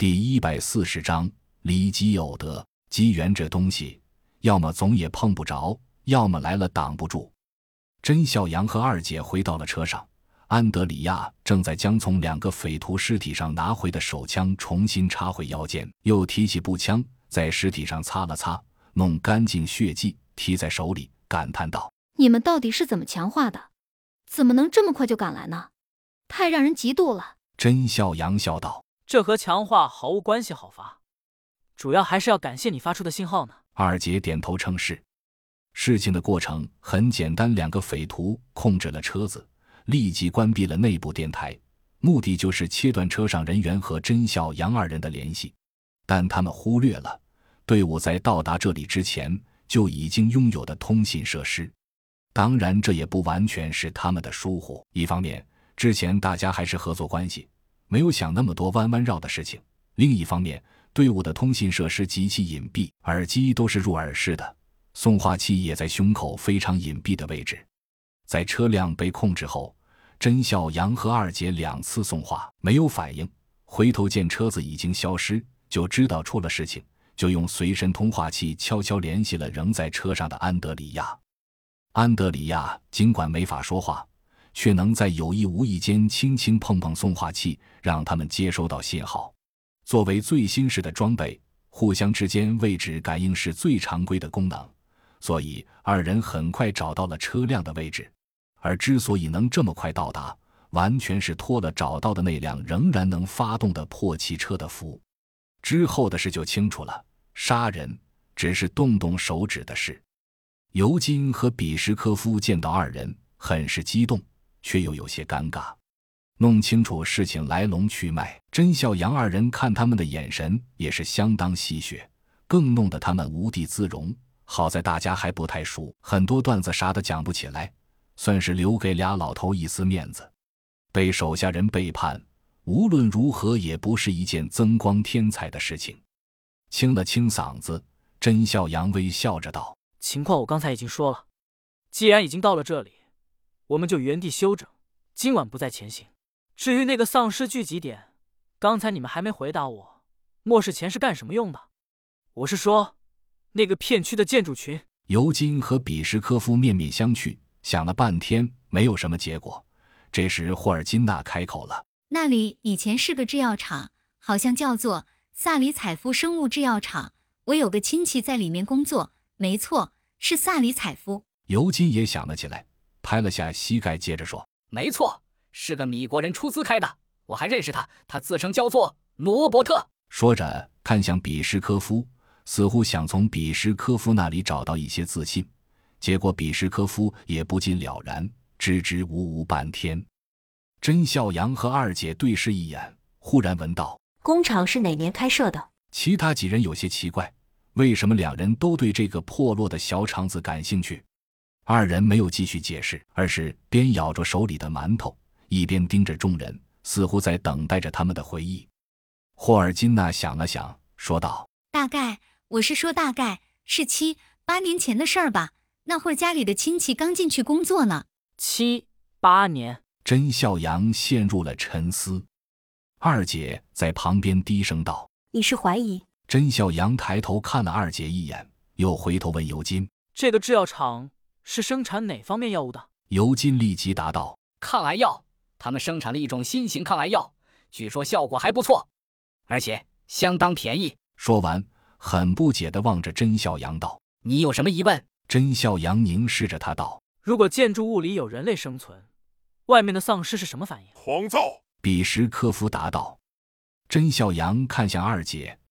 第140章离机有德。机缘这东西，要么总也碰不着，要么来了挡不住。甄孝阳和二姐回到了车上，安德里亚正在将从2个匪徒尸体上拿回的手枪重新插回腰间，又提起步枪，在尸体上擦了擦，弄干净血迹，提在手里，感叹道： 你们到底是怎么强化的？怎么能这么快就赶来呢？太让人嫉妒了。 甄孝阳笑道： 这和强化毫无关系，好伐？主要还是要感谢你发出的信号呢。 二姐点头称是。事情的过程很简单，2个匪徒控制了车子，立即关闭了内部电台，目的就是切断车上人员和甄孝阳2人的联系。但他们忽略了队伍在到达这里之前就已经拥有的通信设施。当然这也不完全是他们的疏忽，一方面之前大家还是合作关系，没有想那么多弯弯绕的事情，另一方面队伍的通信设施极其隐蔽，耳机都是入耳式的，送话器也在胸口非常隐蔽的位置。在车辆被控制后，甄孝阳和二姐2次送话没有反应，回头见车子已经消失，就知道出了事情，就用随身通话器悄悄联系了仍在车上的安德里亚。安德里亚尽管没法说话，却能在有意无意间轻轻碰碰送话器，让他们接收到信号。作为最新式的装备，互相之间位置感应是最常规的功能，所以2人很快找到了车辆的位置。而之所以能这么快到达，完全是托了找到的那辆仍然能发动的破汽车的福。之后的事就清楚了，杀人只是动动手指的事。尤金和比什科夫见到2人很是激动，却又有些尴尬。弄清楚事情来龙去脉，甄孝阳2人看他们的眼神也是相当戏谑，更弄得他们无地自容。好在大家还不太熟，很多段子啥的讲不起来，算是留给俩老头一丝面子。被手下人背叛，无论如何也不是一件增光添彩的事情。清了清嗓子，甄孝阳微笑着道： 情况我刚才已经说了，既然已经到了这里，我们就原地休整，今晚不再前行。至于那个丧尸聚集点，刚才你们还没回答我，末世钱是干什么用的？我是说那个片区的建筑群。 尤金和比什科夫面面相觑，想了半天没有什么结果。这时霍尔金娜开口了： 那里以前是个制药厂，好像叫做萨里采夫生物制药厂，我有个亲戚在里面工作，没错，是萨里采夫。 尤金也想了起来，拍了下膝盖，接着说： 没错，是个米国人出资开的，我还认识他，他自称叫做罗伯特。 说着看向比什科夫，似乎想从比什科夫那里找到一些自信，结果比什科夫也不尽了然，支支吾吾半天。甄孝阳和二姐对视一眼，忽然问道： 工厂是哪年开设的？ 其他几人有些奇怪，为什么2人都对这个破落的小厂子感兴趣？2人没有继续解释，而是边咬着手里的馒头，一边盯着众人，似乎在等待着他们的回忆。霍尔金娜想了想，说道： 大概，我是说大概是7、8年前的事儿吧，那会儿家里的亲戚刚进去工作呢。 7、8年。 甄孝阳陷入了沉思。二姐在旁边低声道： 你是怀疑？ 甄孝阳抬头看了二姐一眼，又回头问尤金： 这个制药厂是生产哪方面药物的？ 尤金立即答道： 抗癌药，他们生产了一种新型抗癌药，据说效果还不错，而且相当便宜。 说完很不解地望着甄孝阳道： 你有什么疑问？ 甄孝阳凝视着他道： 如果建筑物里有人类生存，外面的丧尸是什么反应？ 狂躁。 比什科夫答道。甄孝阳看向二姐，